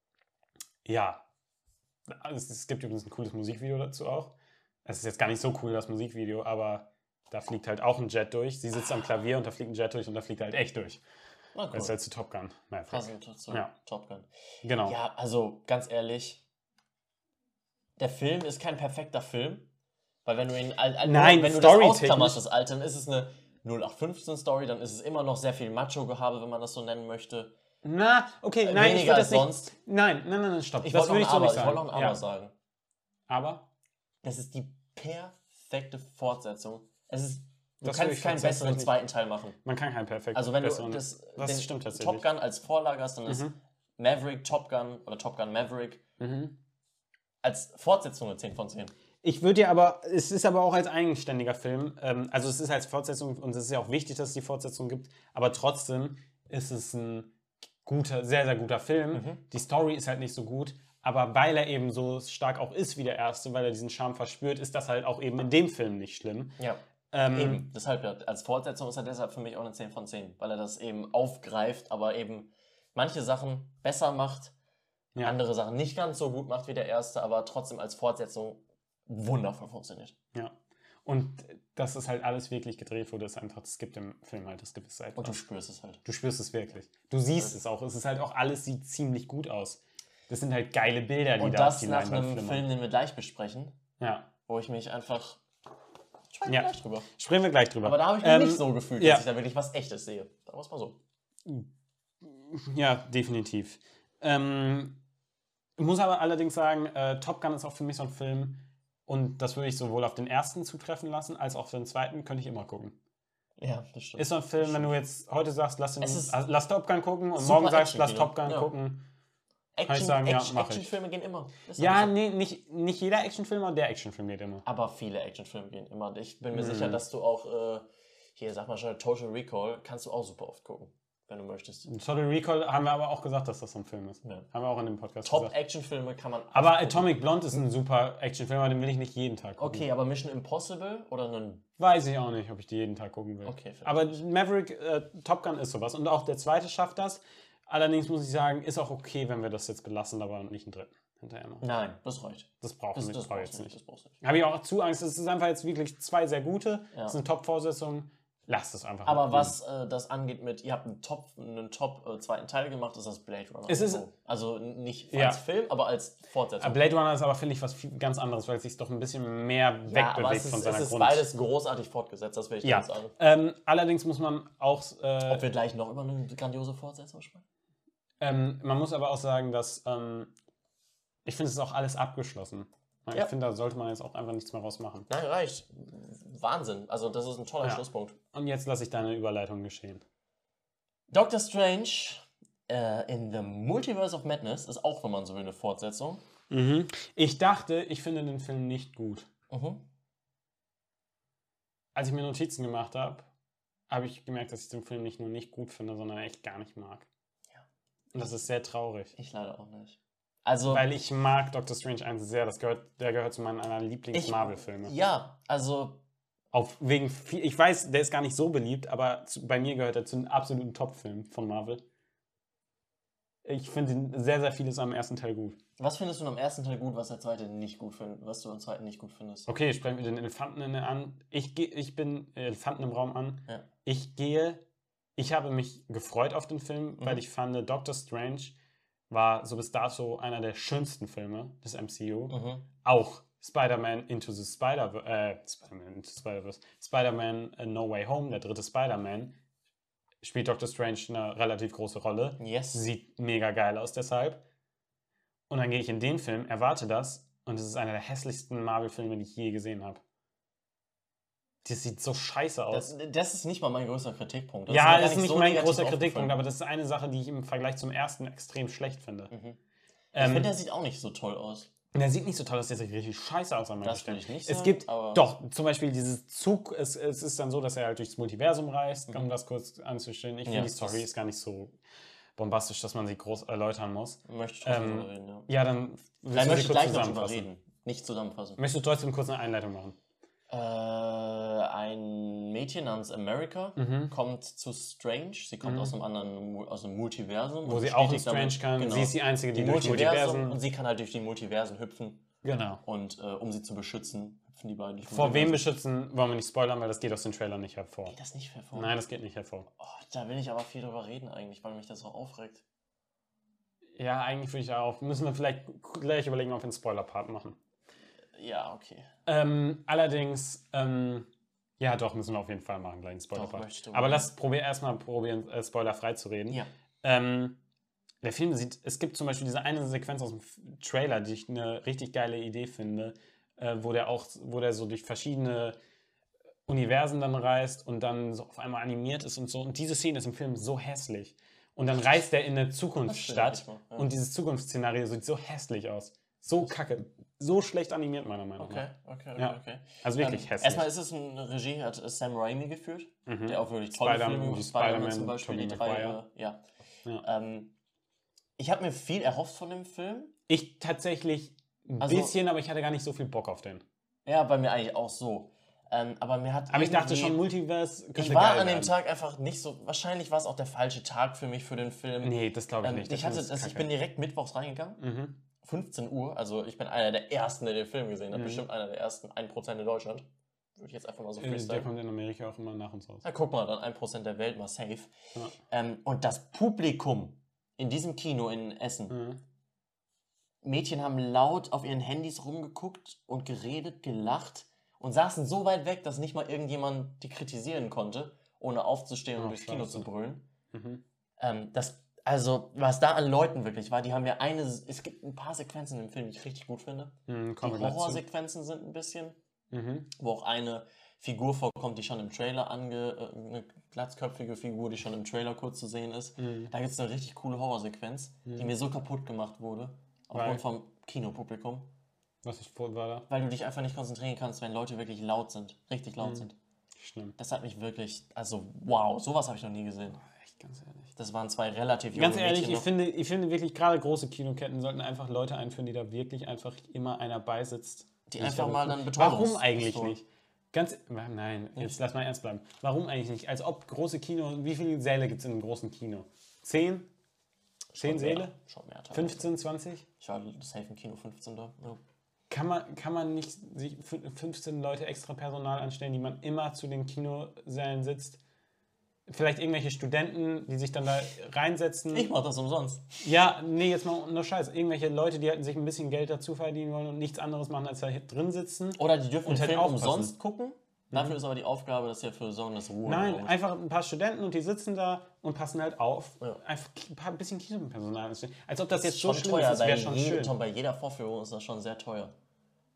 ja, also es, es gibt übrigens ein cooles Musikvideo dazu auch. Es ist jetzt gar nicht so cool, das Musikvideo, aber da fliegt halt auch ein Jet durch. Sie sitzt am Klavier und da fliegt ein Jet durch und da fliegt er halt echt durch. Na Das ist cool. halt zu Top Gun. Maverick. Passend zu Ja. Top Gun. Genau. Ja, also ganz ehrlich, der Film ist kein perfekter Film, weil wenn du ihn, al- al- Nein, wenn du das storytechnisch- ausklammerst, das Alte, dann ist es eine null acht fünfzehn Story, dann ist es immer noch sehr viel Macho-Gehabe, wenn man das so nennen möchte. Na, okay, nein, ich Weniger würde als das nicht. sonst. Nein, nein, nein, nein, stopp. Ich das wollte noch würde ein ich so Aber, nicht ich sagen. wollte noch ein Aber ja. sagen. Aber Das ist die perfekte Fortsetzung. Es ist, du Das würde kannst ich keinen tatsächlich besseren nicht- zweiten Teil machen. man kann keinen perfekten. Also wenn du besseren- das, das den stimmt tatsächlich. Top Gun als Vorlage hast, dann ist Mhm. Maverick Top Gun oder Top Gun Maverick Mhm. als Fortsetzung eine zehn von zehn. Ich würde ja aber, es ist aber auch als eigenständiger Film, ähm, also es ist als Fortsetzung und es ist ja auch wichtig, dass es die Fortsetzung gibt, aber trotzdem ist es ein guter, sehr, sehr guter Film. Mhm. Die Story ist halt nicht so gut, aber weil er eben so stark auch ist wie der erste, weil er diesen Charme verspürt, ist das halt auch eben in dem Film nicht schlimm. Ja. Ähm, Eben, deshalb ja, als Fortsetzung ist er deshalb für mich auch eine zehn von zehn, weil er das eben aufgreift, aber eben manche Sachen besser macht, Ja. andere Sachen nicht ganz so gut macht wie der erste, aber trotzdem als Fortsetzung wundervoll funktioniert. Ja. Und dass es halt alles wirklich gedreht wurde, ist einfach, es gibt im Film halt das gewisse Und du Etwas. spürst es halt. Du spürst es wirklich. Du siehst es auch. Es ist halt auch, alles sieht ziemlich gut aus. Das sind halt geile Bilder, die Und da auf das die nach Leinwand einem flimmern. Film, den wir gleich besprechen, Ja. wo ich mich einfach... Sprechen wir Ja. gleich drüber. Sprechen wir gleich drüber. Aber da habe ich mich Ähm, nicht so gefühlt, ja. dass ich da wirklich was Echtes sehe. Sagen wir es mal so. Ja, definitiv. Ähm, ich muss aber allerdings sagen, äh, Top Gun ist auch für mich so ein Film, und das würde ich sowohl auf den ersten zutreffen lassen, als auch auf den zweiten, könnte ich immer gucken. Ja, das stimmt. Ist so ein Film, wenn du jetzt heute sagst, lass, den, Es ist also lass Top Gun gucken und super morgen sagst, lass Action-Kino. Top Gun Ja. gucken. Action, ich sagen, ja, Action, mach ich. Actionfilme gehen immer. Ist Ja, einfach so. nee, nicht, nicht jeder Actionfilm, aber der Actionfilm geht immer. Aber viele Actionfilme gehen immer. Und ich bin mir Mhm. sicher, dass du auch, äh, hier, sag mal schon, Total Recall kannst du auch super oft gucken, wenn du möchtest. Total Recall haben wir aber auch gesagt, dass das so ein Film ist. Ja. Haben wir auch in dem Podcast Top gesagt. Actionfilme kann man Aber oft gucken. Atomic Blonde ist ein super Actionfilm, aber den will ich nicht jeden Tag gucken. Okay, aber Mission Impossible oder einen... Weiß ich auch nicht, ob ich die jeden Tag gucken will. Okay, vielleicht aber nicht. Maverick, äh, Top Gun ist sowas. Und auch der zweite schafft das. Allerdings muss ich sagen, ist auch okay, wenn wir das jetzt belassen, aber nicht einen dritten hinterher noch. Nein, das reicht. Das brauchen Das, wir das brauche brauchst jetzt du nicht. nicht. Das brauchst du nicht. Habe ich auch zu Angst. Es ist einfach jetzt wirklich zwei sehr gute. Ja. Das ist eine Top-Vorsetzung. Lasst es einfach. Aber mal. was äh, das angeht mit, ihr habt einen Top, einen Top äh, zweiten Teil gemacht, ist das Blade Runner. Es ist- So. Also n- nicht Ja. als Film, aber als Fortsetzung. Äh, Blade Runner ist aber, finde ich, was viel, ganz anderes, weil es sich doch ein bisschen mehr ja, aber wegbewegt es ist, von es seiner ist Grund. beides großartig fortgesetzt, das will ich Ja. ganz sagen. Ähm, allerdings muss man auch, äh, Ob wir gleich noch über eine grandiose Fortsetzung sprechen? ähm, man muss aber auch sagen, dass ähm, ich finde, es ist auch alles abgeschlossen. Ich Ja. finde, da sollte man jetzt auch einfach nichts mehr rausmachen. Nein, reicht. Wahnsinn. Also das ist ein toller Ja. Schlusspunkt. Und jetzt lasse ich deine Überleitung geschehen. Doctor Strange äh, in the Multiverse of Madness ist auch, wenn man so will, eine Fortsetzung. Mhm. Ich dachte, ich finde den Film nicht gut. Mhm. Als ich mir Notizen gemacht habe, habe ich gemerkt, dass ich den Film nicht nur nicht gut finde, sondern echt gar nicht mag. Ja. Und das ist sehr traurig. Ich leider auch nicht. Also, Weil ich mag Doctor Strange eins sehr. Das gehört, der gehört zu meinen einer ich, Lieblings-Marvel-Filme. ja, also, Auf wegen viel, ich weiß, der ist gar nicht so beliebt, aber zu, bei mir gehört er zu den absoluten Top-Filmen von Marvel. Ich finde sehr, sehr vieles am ersten Teil gut. was findest du am ersten Teil gut, was der zweite nicht gut findet, was du am zweiten nicht gut findest? Okay, sprechen wir den Elefanten in der an. Ich, geh, ich bin Elefanten im Raum an. Ja. Ich gehe, ich habe mich gefreut auf den Film, Mhm. weil ich fand, Doctor Strange war so bis dato einer der schönsten Filme des M C U. Mhm. Auch Spider-Man Into the Spider-Verse, äh, Spider-Man Into the Spider-Verse, Spider-Man uh, No Way Home, der dritte Spider-Man, spielt Doctor Strange eine relativ große Rolle. Yes. Sieht mega geil aus deshalb. Und dann gehe ich in den Film, erwarte das und es ist einer der hässlichsten Marvel-Filme, die ich je gesehen habe. Das sieht so scheiße aus. Das, das ist nicht mal mein größter Kritikpunkt. Das ja, mir gar das ist nicht so mein negativ großer aufgefallen. Kritikpunkt, aber das ist eine Sache, die ich im Vergleich zum ersten extrem schlecht finde. Mhm. Ich Ähm, finde, der sieht auch nicht so toll aus. der sieht nicht so toll aus, der sieht richtig scheiße aus an manchen Das Stellen. will ich nicht Es sagen, gibt, aber- doch, zum Beispiel dieses Zug, es, es ist dann so, dass er halt durchs Multiversum reist, um Mhm. das kurz anzustellen. Ich Ja, finde, die Story das- ist gar nicht so bombastisch, dass man sie groß erläutern muss. Möchte ich trotzdem Ähm, drüber reden, ja. Ja, dann willst Dann du möchte sie ich kurz gleich noch drüber zusammenfassen. reden. Nicht zusammenfassen. Möchtest du trotzdem kurz eine Einleitung machen? Äh, ein Mädchen namens America Mhm. kommt zu Strange. Sie kommt Mhm. aus einem anderen, Mu- aus einem Multiversum. Wo und sie auch in bestätigt Strange damit- kann. Genau, Sie ist die Einzige, die, die durch Multiversen. Multiversen... Und sie kann halt durch die Multiversen hüpfen. Genau. Und äh, um sie zu beschützen, hüpfen die beiden durch die Vor wem Multiversen. beschützen, wollen wir nicht spoilern, weil das geht aus den Trailern nicht hervor. Geht das nicht hervor? Nein, das geht nicht hervor. Oh, da will ich aber viel drüber reden eigentlich, weil mich das so aufregt. Ja, eigentlich würde ich auch... Müssen wir vielleicht gleich überlegen, ob wir einen Spoiler-Part machen. Ja, okay. Ähm, allerdings, ähm, ja doch, müssen wir auf jeden Fall machen, gleich einen spoiler Doch, möchte ich drüber Aber reden. lass probier erstmal probieren, äh, spoilerfrei zu reden. Ja. Ähm, der Film sieht, es gibt zum Beispiel diese eine Sequenz aus dem F- Trailer, die ich eine richtig geile Idee finde, äh, wo der auch, wo der so durch verschiedene Universen dann reist und dann so auf einmal animiert ist und so. Und diese Szene ist im Film so hässlich. Und dann reist er in eine Zukunftsstadt Das stimmt, ja. und dieses Zukunftsszenario sieht so hässlich aus. So kacke. So schlecht animiert, meiner Meinung Okay, nach. okay, okay, Ja. okay. Also wirklich Ähm, hässlich. Erstmal ist es eine Regie, hat Sam Raimi geführt, Mhm. der auch wirklich tolle Spider- Filme die gemacht hat. Spider-Man Spider-Man, zum Beispiel, Tobey die drei. Maguire. Äh, ja. Ja. Ähm, ich habe mir viel erhofft von dem Film. Ich tatsächlich ein Also- bisschen, aber ich hatte gar nicht so viel Bock auf den. Ja, bei mir eigentlich auch so. Ähm, aber mir hat Aber ich dachte irgendwie- schon, Multiverse könnte Ich war geil an dem werden. Tag einfach nicht so. Wahrscheinlich war es auch der falsche Tag für mich für den Film. Nee, das glaube ich ähm, nicht. Der ich, Film hatte, ist also ich kacke. bin direkt mittwochs reingegangen. Mhm. fünfzehn Uhr. Also ich bin einer der ersten, der den Film gesehen hat. Mhm. Bestimmt einer der ersten ein Prozent in Deutschland. Würde ich jetzt einfach mal so Äh, Der freestylen. kommt in Amerika auch immer nach uns raus. Na, guck mal, dann ein Prozent der Welt mal safe. Ja. Ähm, und das Publikum in diesem Kino in Essen, Mhm. Mädchen haben laut auf ihren Handys rumgeguckt und geredet, gelacht und saßen so weit weg, dass nicht mal irgendjemand die kritisieren konnte, ohne aufzustehen und Oh, durchs Kino scheiße. zu brüllen. Mhm. Ähm, das, also, was da an Leuten wirklich war, die haben ja eine, es gibt ein paar Sequenzen im Film, die ich richtig gut finde. Mhm, Die kommen wir gleich zu. Horrorsequenzen sind ein bisschen, Mhm. wo auch eine Figur vorkommt, die schon im Trailer ange... äh, eine glatzköpfige Figur, die schon im Trailer kurz zu sehen ist. Mhm. Da gibt es eine richtig coole Horrorsequenz, die mir so kaputt gemacht wurde, aufgrund Weil? vom Kinopublikum, Was ist vor, war da? weil du dich einfach nicht konzentrieren kannst, wenn Leute wirklich laut sind, richtig laut Mhm. sind. Schlimm. Das hat mich wirklich, also wow, sowas habe ich noch nie gesehen. Echt, ganz ehrlich. Das waren zwei relativ junge Ganz ehrlich, Mädchen ich noch. finde, ich finde wirklich, gerade große Kinoketten sollten einfach Leute einführen, die da wirklich einfach immer einer beisitzt. Die sich einfach da mal rufen. dann Warum eigentlich Betäubungspistole. nicht? Ganz, nein, jetzt lass mal ernst bleiben. Warum eigentlich nicht? Als ob große Kino, wie viele Säle gibt es in einem großen Kino? Zehn? Zehn Schon Säle? mehr, schon mehr. teilweise. fünfzehn, zwanzig? Ich war safe im Kino fünfzehn da. Ja. Kann man, kann man nicht sich fün- fünfzehn Leute extra Personal anstellen, die man immer zu den Kinosälen sitzt? Vielleicht irgendwelche Studenten, die sich dann da reinsetzen. Ich mach das umsonst. Ja, nee, jetzt mal nur Scheiß. Irgendwelche Leute, die halt sich ein bisschen Geld dazu verdienen wollen und nichts anderes machen, als da hier drin sitzen. Oder die dürfen Und den halt Film aufpassen. umsonst gucken. Dafür ist aber die Aufgabe, dass ja für Sorgen, dass Ruhe. Nein, herrscht. einfach ein paar Studenten und die sitzen da und passen halt auf. Ja. Einfach ein paar bisschen Kinopersonal anstellen. Als ob das, Das jetzt ist so schon schlimm teuer. ist, das wäre bei, schon jedem, schön. Tom, bei jeder Vorführung ist das schon sehr teuer. Wenn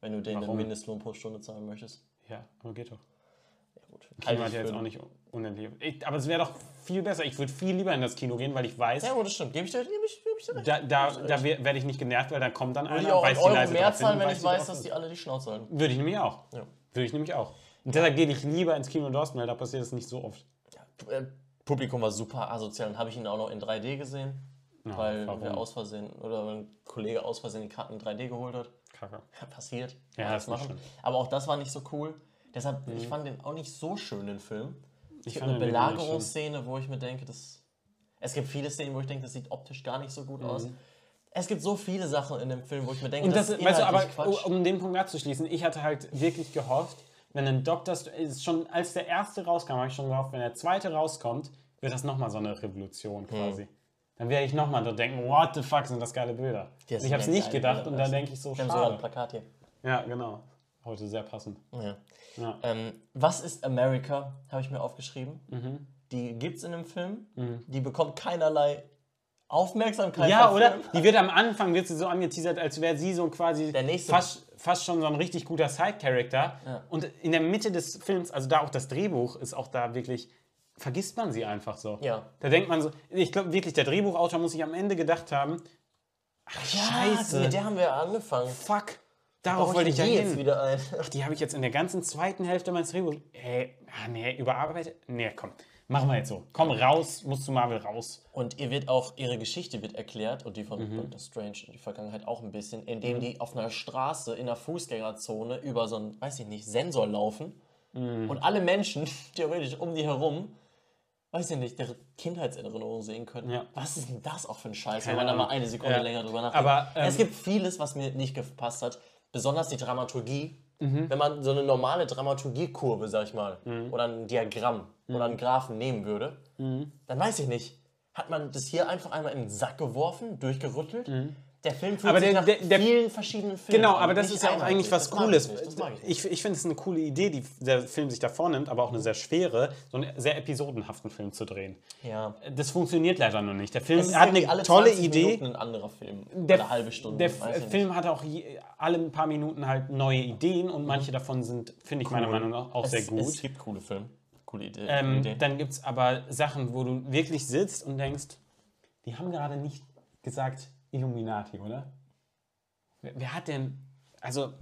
Wenn du denen Warum? einen Mindestlohn pro Stunde zahlen möchtest. Ja, aber geht doch. Ja, gut. Kino hat ja jetzt auch nicht unendlich. Ich, aber es wäre doch viel besser. Ich würde viel lieber in das Kino gehen, weil ich weiß, Ja, gut, das stimmt. Gebe ich dir, gebe ich, gebe ich dir recht. da, da, da werde ich nicht genervt, weil dann kommt dann Würde ich einer, auch weiß einen die Euro leise mehr drauf zahlen, hin, wenn weiß ich die weiß, drauf dass hin. die alle die Schnauze halten. Würde ich nämlich auch. Ja. Würde ich nämlich auch. Und deshalb gehe ich lieber ins Kino Dorsten, weil da passiert es nicht so oft. Ja, äh, Publikum war super asozial. Dann habe ich ihn auch noch in drei D gesehen, Ja, weil warum? wir aus Versehen, oder ein Kollege aus Versehen die Karten in drei D geholt hat. Kacke. Ja, passiert. Ja, Kann ist man nicht machen. schlimm. Aber auch das war nicht so cool. Deshalb, ich fand den auch nicht so schön, den Film. Es Ich gibt fand eine den wirklich nicht Belagerungsszene, wo ich mir denke, das. Es gibt viele Szenen, wo ich denke, das sieht optisch gar nicht so gut aus. Es gibt so viele Sachen in dem Film, wo ich mir denke, Und das, ist weißt du, aber inhaltlich Quatsch. um den Punkt abzuschließen, ich hatte halt wirklich gehofft, wenn ein Doktor, ist schon als der erste rauskam, habe ich schon gehofft, wenn der zweite rauskommt, wird das nochmal so eine Revolution quasi. Dann werde ich nochmal da denken, what the fuck, sind das geile Bilder. Die Und sind ich habe es ja nicht geile gedacht Bilder, und weißt dann du. denke ich so, Wir haben sogar ein schade. Plakat hier. Ja, genau. Heute sehr passend. Ja. Ja. Ähm, was ist America? Habe ich mir aufgeschrieben. Mhm. Die gibt es in dem Film. Die bekommt keinerlei Aufmerksamkeit. Ja, vom oder? Film. Die wird am Anfang wird sie so angeteasert, als wäre sie so quasi Der nächste- fast, fast schon so ein richtig guter Side-Character. Ja. Und in der Mitte des Films, also da auch das Drehbuch, ist auch da wirklich, vergisst man sie einfach so. Ja. Da denkt man so, ich glaube wirklich, der Drehbuchautor muss sich am Ende gedacht haben, ach scheiße, Mit der haben wir ja angefangen. fuck, Warum darauf wollte ich ja die jetzt hin. wieder ein? Ach, die habe ich jetzt in der ganzen zweiten Hälfte meines Drehbuchs, ey, ah, nee, überarbeitet, nee, komm, machen wir jetzt so. Komm raus, musst zu Marvel raus. Und ihr wird auch, ihre Geschichte wird erklärt und die von Mhm. Doctor Strange und die Vergangenheit auch ein bisschen, indem die auf einer Straße in einer Fußgängerzone über so einen, weiß ich nicht, Sensor laufen Mhm. und alle Menschen theoretisch um die herum, weiß ich nicht, deren Kindheitserinnerungen sehen können. Ja. Was ist denn das auch für ein Scheiß, Keine wenn man da mal Ahnung. eine Sekunde Ja. länger drüber nachdenkt. Aber, ähm, es gibt vieles, was mir nicht gepasst hat, besonders die Dramaturgie. Mhm. Wenn man so eine normale Dramaturgiekurve, sag ich mal, oder ein Diagramm Mhm. oder einen Graphen nehmen würde, dann weiß ich nicht, hat man das hier einfach einmal in den Sack geworfen, durchgerüttelt? Der Film fühlt Mhm. Aber sich der- nach der- der- vielen verschiedenen Filmen Genau, an, aber das nicht ist ja auch einheitlich. eigentlich was Das mag Cooles. Ich, nicht, das mag ich, nicht. Ich, ich finde es eine coole Idee, die der Film sich da vornimmt, aber auch eine sehr schwere, so einen sehr episodenhaften Film zu drehen. Ja. Das funktioniert leider noch nicht. Der Film Es ist hat irgendwie eine alle tolle zwanzig Idee. Minuten ein anderer Film. Der, eine halbe Stunde. der weiß ich nicht. Film hat auch je, alle ein paar Minuten halt neue Ideen und manche davon sind, finde ich meiner Meinung nach, auch es, sehr gut. Es gibt coole Filme. Coole Idee. coole Ähm, Idee. dann gibt es aber Sachen, wo du wirklich sitzt und denkst, die haben gerade nicht gesagt Illuminati, oder? Wer, wer hat denn, also... Also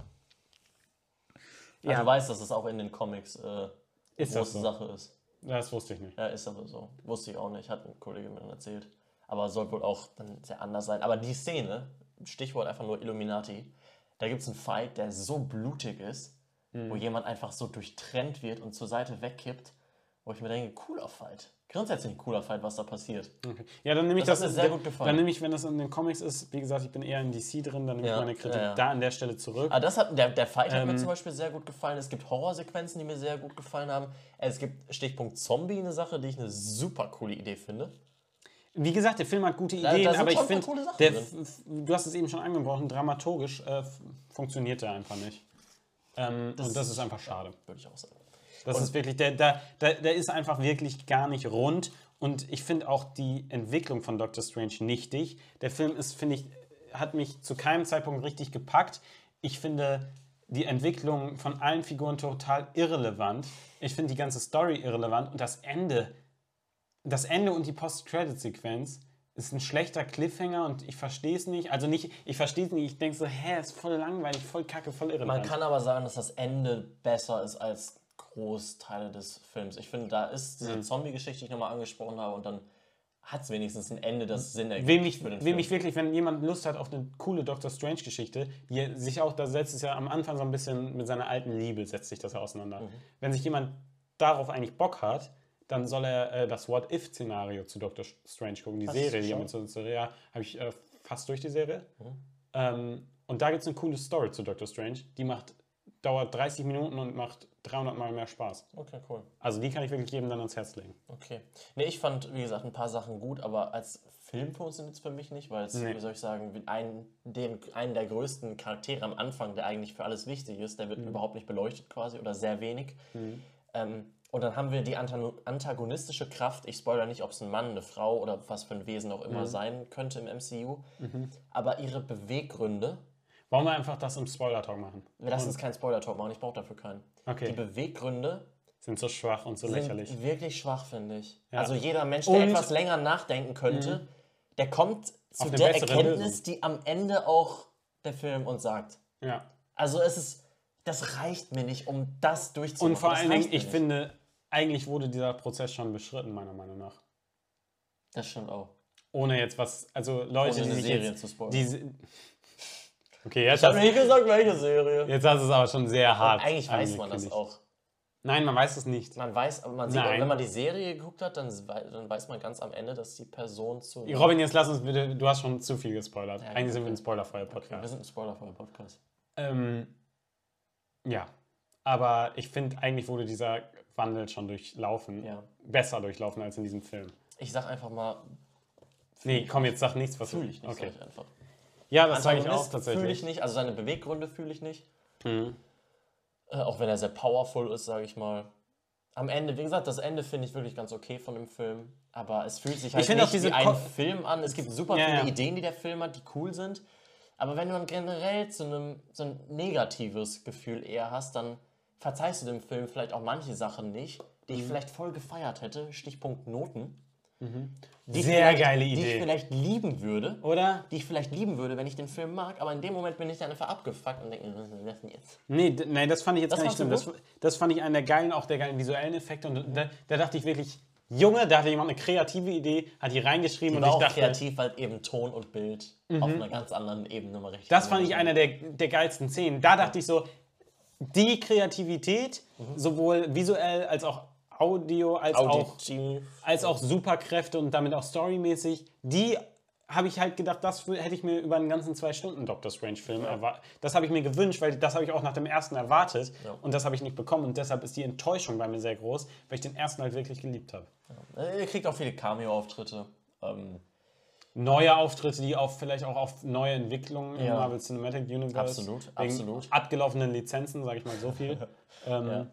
du weißt, dass es auch in den Comics äh, eine Ist das große so? Sache ist. Das wusste ich nicht. Ja, ist aber so. Wusste ich auch nicht, hat ein Kollege mir dann erzählt. Aber soll wohl auch dann sehr anders sein. Aber die Szene, Stichwort einfach nur Illuminati, da gibt es einen Fight, der so blutig ist, Mhm. wo jemand einfach so durchtrennt wird und zur Seite wegkippt, wo ich mir denke, cooler Fight. Grundsätzlich ein cooler Fight, was da passiert. Okay. Ja, dann nehme ich Das das, hat mir sehr gut gefallen. Dann nehme ich, wenn das in den Comics ist, wie gesagt, ich bin eher in D C drin, dann nehme Ja, ich meine Kritik ja, ja. da an der Stelle zurück. Aber das hat, der, der Fight hat mir Ähm. zum Beispiel sehr gut gefallen. Es gibt Horrorsequenzen, die mir sehr gut gefallen haben. Es gibt Stichpunkt Zombie, eine Sache, die ich eine super coole Idee finde. Wie gesagt, der Film hat gute Da- Ideen, da sind aber ich schon ein paar finde, coole Sachen der drin. f- f- du hast es eben schon angebrochen, dramaturgisch äh, f- funktioniert der einfach nicht. Ähm, Das- und das ist einfach schade. Würde ich auch sagen. Das ist wirklich, der, der, der, der ist einfach wirklich gar nicht rund. Und ich finde auch die Entwicklung von Doctor Strange nichtig. Der Film ist, finde ich, hat mich zu keinem Zeitpunkt richtig gepackt. Ich finde die Entwicklung von allen Figuren total irrelevant. Ich finde die ganze Story irrelevant. Und das Ende, das Ende und die Post-Credit-Sequenz ist ein schlechter Cliffhanger und ich verstehe es nicht. Also nicht, ich verstehe es nicht. Ich denke so, hä, ist voll langweilig, voll kacke, voll irrelevant. Man kann aber sagen, dass das Ende besser ist als Großteile des Films. Ich finde, da ist Mhm. diese Zombie-Geschichte, die ich nochmal angesprochen habe, und dann hat es wenigstens ein Ende, das Sinn ergibt Wem ich, für den wem Film. ich wirklich, wenn jemand Lust hat auf eine coole Doctor Strange-Geschichte, die sich auch, da setzt es ja am Anfang so ein bisschen mit seiner alten Liebe, setzt sich das ja auseinander. Mhm. Wenn sich jemand darauf eigentlich Bock hat, dann soll er äh, das What-If-Szenario zu Doctor Strange gucken, die Hast du Serie, die schon? haben wir zu Serie, ja, habe ich äh, fast durch die Serie. Mhm. Ähm, und da gibt es eine coole Story zu Doctor Strange, die macht, dauert dreißig Minuten und macht dreihundert Mal mehr Spaß. Okay, cool. Also die kann ich wirklich jedem dann ans Herz legen. Okay. Nee, ich fand, wie gesagt, ein paar Sachen gut, aber als Film funktioniert es für mich nicht, weil es, Nee. wie soll ich sagen, wie ein, den, einen der größten Charaktere am Anfang, der eigentlich für alles wichtig ist, der wird Mhm. überhaupt nicht beleuchtet quasi oder sehr wenig. Ähm, und dann haben wir die anta- antagonistische Kraft, ich spoilere nicht, ob es ein Mann, eine Frau oder was für ein Wesen auch immer Mhm. sein könnte im M C U, aber ihre Beweggründe Wollen wir einfach das im Spoiler-Talk machen? Wir lassen uns keinen Spoiler-Talk machen, ich brauche dafür keinen. Okay. Die Beweggründe Sind so schwach und so sind lächerlich. wirklich schwach, finde ich. Ja. Also jeder Mensch, der Und- etwas länger nachdenken könnte, Mhm. der kommt zu Auf eine der bessere Erkenntnis, Lösung. die am Ende auch der Film uns sagt. Ja. Also es ist, das reicht mir nicht, um das durchzumachen. Und vor das allen reicht Dingen, mir ich nicht. finde, eigentlich wurde dieser Prozess schon beschritten, meiner Meinung nach. Das stimmt auch. Ohne jetzt was, also Leute, Ohne die eine sich Serie jetzt... zu spoilern. Diese, okay, jetzt Ich habe hast, nicht gesagt, welche Serie. jetzt hast du es aber schon sehr hart. Und eigentlich weiß man das angekündigt. auch. Nein, man weiß es nicht. Man weiß, aber man sieht, Nein. auch, wenn man die Serie geguckt hat, dann, wei- dann weiß man ganz am Ende, dass die Person zu... Robin, jetzt lass uns bitte, du hast schon zu viel gespoilert. Ja, Eigentlich sind wir okay. ein spoilerfreier Okay, Podcast. wir sind ein spoilerfreier Podcast. Ähm, ja, aber ich finde, eigentlich wurde dieser Wandel schon durchlaufen. Ja. Besser durchlaufen als in diesem Film. Ich sag einfach mal, Nee, komm, jetzt sag nichts, was fühle ich nicht, Okay. sag ich einfach. Ja, das sage ich auch Antagonist tatsächlich. fühle ich nicht, also seine Beweggründe fühle ich nicht. Mhm. Äh, auch wenn er sehr powerful ist, sage ich mal. Am Ende, wie gesagt, das Ende finde ich wirklich ganz okay von dem Film. Aber es fühlt sich halt finde nicht auch diese wie ein Ko- Film an. Es gibt super Ja, viele ja. Ideen, die der Film hat, die cool sind. Aber wenn du dann generell zu einem, so ein negatives Gefühl eher hast, dann verzeihst du dem Film vielleicht auch manche Sachen nicht, die Mhm. ich vielleicht voll gefeiert hätte. Stichpunkt Noten. Die Sehr vielleicht- geile Die ich Idee. vielleicht lieben würde. Oder? Die ich vielleicht lieben würde, wenn ich den Film mag. Aber in dem Moment bin ich dann einfach abgefuckt und denke, was ist das denn jetzt? Nee, d- nee, das fand ich jetzt Das gar nicht schlimm. fandst Das, du das fand ich einen der geilen, auch der geilen visuellen Effekte. Und da, da dachte ich wirklich, Junge, da hatte jemand eine kreative Idee, hat die reingeschrieben Die und war ich auch dachte, kreativ, weil eben Ton und Bild auf einer ganz anderen Ebene mal richtig. das fand ich einer der, der geilsten Szenen. Da dachte ich so, die Kreativität, sowohl visuell als auch Audio, als auch, Auditiv. als auch Superkräfte und damit auch storymäßig, die habe ich halt gedacht, das hätte ich mir über einen ganzen zwei Stunden Doctor Strange Film erwartet. Das habe ich mir gewünscht, weil das habe ich auch nach dem ersten erwartet Ja. und das habe ich nicht bekommen und deshalb ist die Enttäuschung bei mir sehr groß, weil ich den ersten halt wirklich geliebt habe. Er kriegt auch viele Cameo-Auftritte. Ähm, Neue Auftritte, die auf vielleicht auch auf neue Entwicklungen im Ja. Marvel Cinematic Universe. Absolut, wegen absolut. abgelaufenen Lizenzen, sage ich mal so viel. ähm, Ja.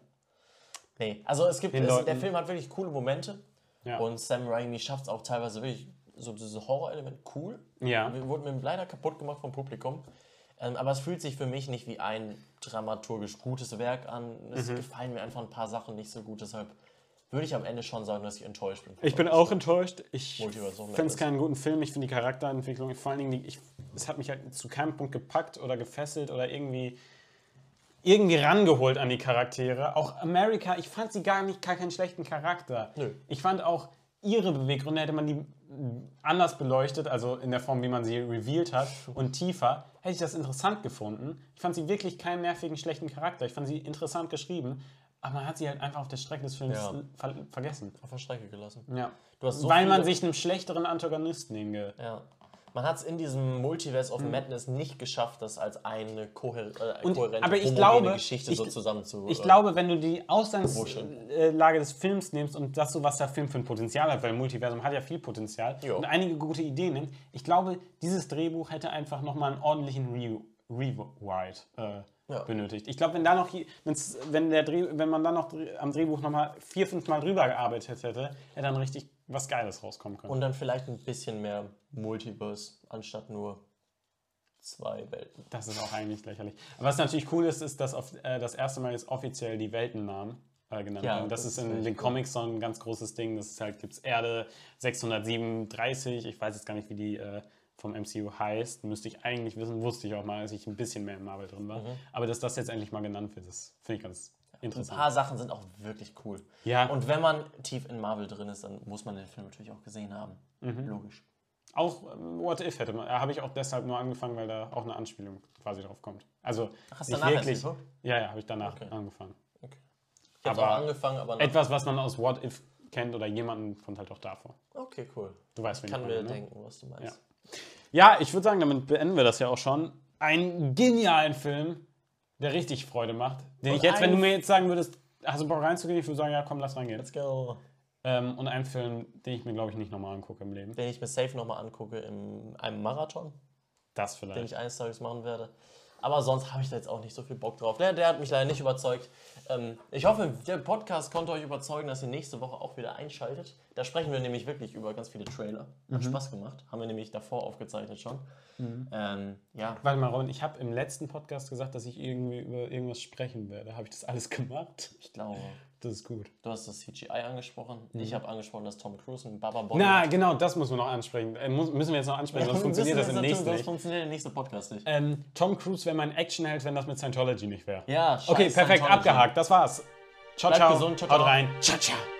nee, also es gibt, Den es, Leuten- der Film hat wirklich coole Momente. Ja. Und Sam Raimi schafft es auch teilweise wirklich, so dieses Horrorelement cool. Ja. Wir wurden mir leider kaputt gemacht vom Publikum. Ähm, aber es fühlt sich für mich nicht wie ein dramaturgisch gutes Werk an. Es Mhm. gefallen mir einfach ein paar Sachen nicht so gut. Deshalb würde ich am Ende schon sagen, dass ich enttäuscht bin. Ich bin auch enttäuscht. Ich Multiverse of finde es Madness. keinen guten Film. Ich finde die Charakterentwicklung, vor allen Dingen, die, ich, es hat mich halt zu keinem Punkt gepackt oder gefesselt oder irgendwie, irgendwie rangeholt an die Charaktere. Auch America, ich fand sie gar nicht, gar keinen schlechten Charakter. Nö. Ich fand auch ihre Beweggründe, hätte man die anders beleuchtet, also in der Form, wie man sie revealed hat und tiefer, hätte ich das interessant gefunden. Ich fand sie wirklich keinen nervigen, schlechten Charakter. Ich fand sie interessant geschrieben, aber man hat sie halt einfach auf der Strecke des Films Ja. ver vergessen. Auf der Strecke gelassen. Ja. Du hast so Weil man viele- sich einem schlechteren Antagonisten hinge... Ja. Man hat es in diesem Multiverse Mhm. of Madness nicht geschafft, das als eine kohär äh, Und- kohärente, aber ich homogene glaube, Geschichte ich- so zusammen zu. Ich äh, glaube, wenn du die Wuscheln. Ausgangslage des Films nimmst und das so, was der Film für ein Potenzial hat, weil Multiversum hat ja viel Potenzial Jo. und einige gute Ideen nimmt, ich glaube, dieses Drehbuch hätte einfach nochmal einen ordentlichen Re Rewrite äh, Ja. benötigt. Ich glaube, wenn da noch, je- wenn's, wenn, der Dreh, wenn man dann noch dr- am Drehbuch nochmal vier, fünf Mal drüber gearbeitet hätte, hätte dann richtig was Geiles rauskommen können. Und dann vielleicht ein bisschen mehr Multiverse, anstatt nur zwei Welten. Das ist auch eigentlich lächerlich. Aber was natürlich cool ist, ist, dass auf, äh, das erste Mal jetzt offiziell die Weltennamen äh, genannt Ja, werden. Das, das ist ist in echt den cool. Comics so ein ganz großes Ding. Das ist halt, gibt es Erde sechshundertsiebenunddreißig, ich weiß jetzt gar nicht, wie die äh, vom M C U heißt. Müsste ich eigentlich wissen, wusste ich auch mal, als ich ein bisschen mehr in Marvel drin war. Aber dass das jetzt endlich mal genannt wird, das finde ich ganz Ein interessant. paar Sachen sind auch wirklich cool. Ja. Und wenn man tief in Marvel drin ist, dann muss man den Film natürlich auch gesehen haben. Mhm. Logisch. Auch ähm, What If hätte man, äh, habe ich auch deshalb nur angefangen, weil da auch eine Anspielung quasi drauf kommt. Also Ach, hast du nicht danach erst wirklich. geguckt? Ja, ja, habe ich danach Okay. angefangen. Okay. Ich habe Aber auch angefangen, aber nach, Etwas, was man aus What If kennt oder jemanden kommt halt auch davor. okay, cool. Du weißt, wen Kann ich mir meine, ne? denken, was du meinst. Ja, ich würde sagen, damit beenden wir das ja auch schon. Einen genialen Film, der richtig Freude macht. Den Und ich jetzt, wenn du ein- mir jetzt sagen würdest, hast du Bock reinzugehen, ich würde sagen, ja komm, lass reingehen. Let's go. Ähm, und ein Film, den ich mir, glaube ich, nicht nochmal angucke im Leben. Den ich mir safe nochmal angucke in einem Marathon, Das den vielleicht. ich eines Tages machen werde. Aber sonst habe ich da jetzt auch nicht so viel Bock drauf. Der, der hat mich leider nicht überzeugt. Ähm, ich hoffe, der Podcast konnte euch überzeugen, dass ihr nächste Woche auch wieder einschaltet. Da sprechen wir nämlich wirklich über ganz viele Trailer. Hat mhm. Spaß gemacht. Haben wir nämlich davor aufgezeichnet schon. Mhm. Ähm, ja. Warte mal, Robin, ich habe im letzten Podcast gesagt, dass ich irgendwie über irgendwas sprechen werde. Habe ich das alles gemacht? Ich glaube. Das ist gut. Du hast das C G I angesprochen. Mhm. Ich habe angesprochen, dass Tom Cruise ein Baba Boy Na, genau, das muss man noch ansprechen. Äh, muss, müssen wir jetzt noch ansprechen, sonst funktioniert das im nächsten nicht. Sonst funktioniert der nächste Podcast nicht. Ähm, Tom Cruise wäre mein Actionheld, wenn das mit Scientology nicht wäre. Ja, scheiße. Okay, perfekt, Scientology. Abgehakt. Das war's. Ciao, Bleibt ciao. gesund, ciao, Haut ciao. rein. Ciao, ciao.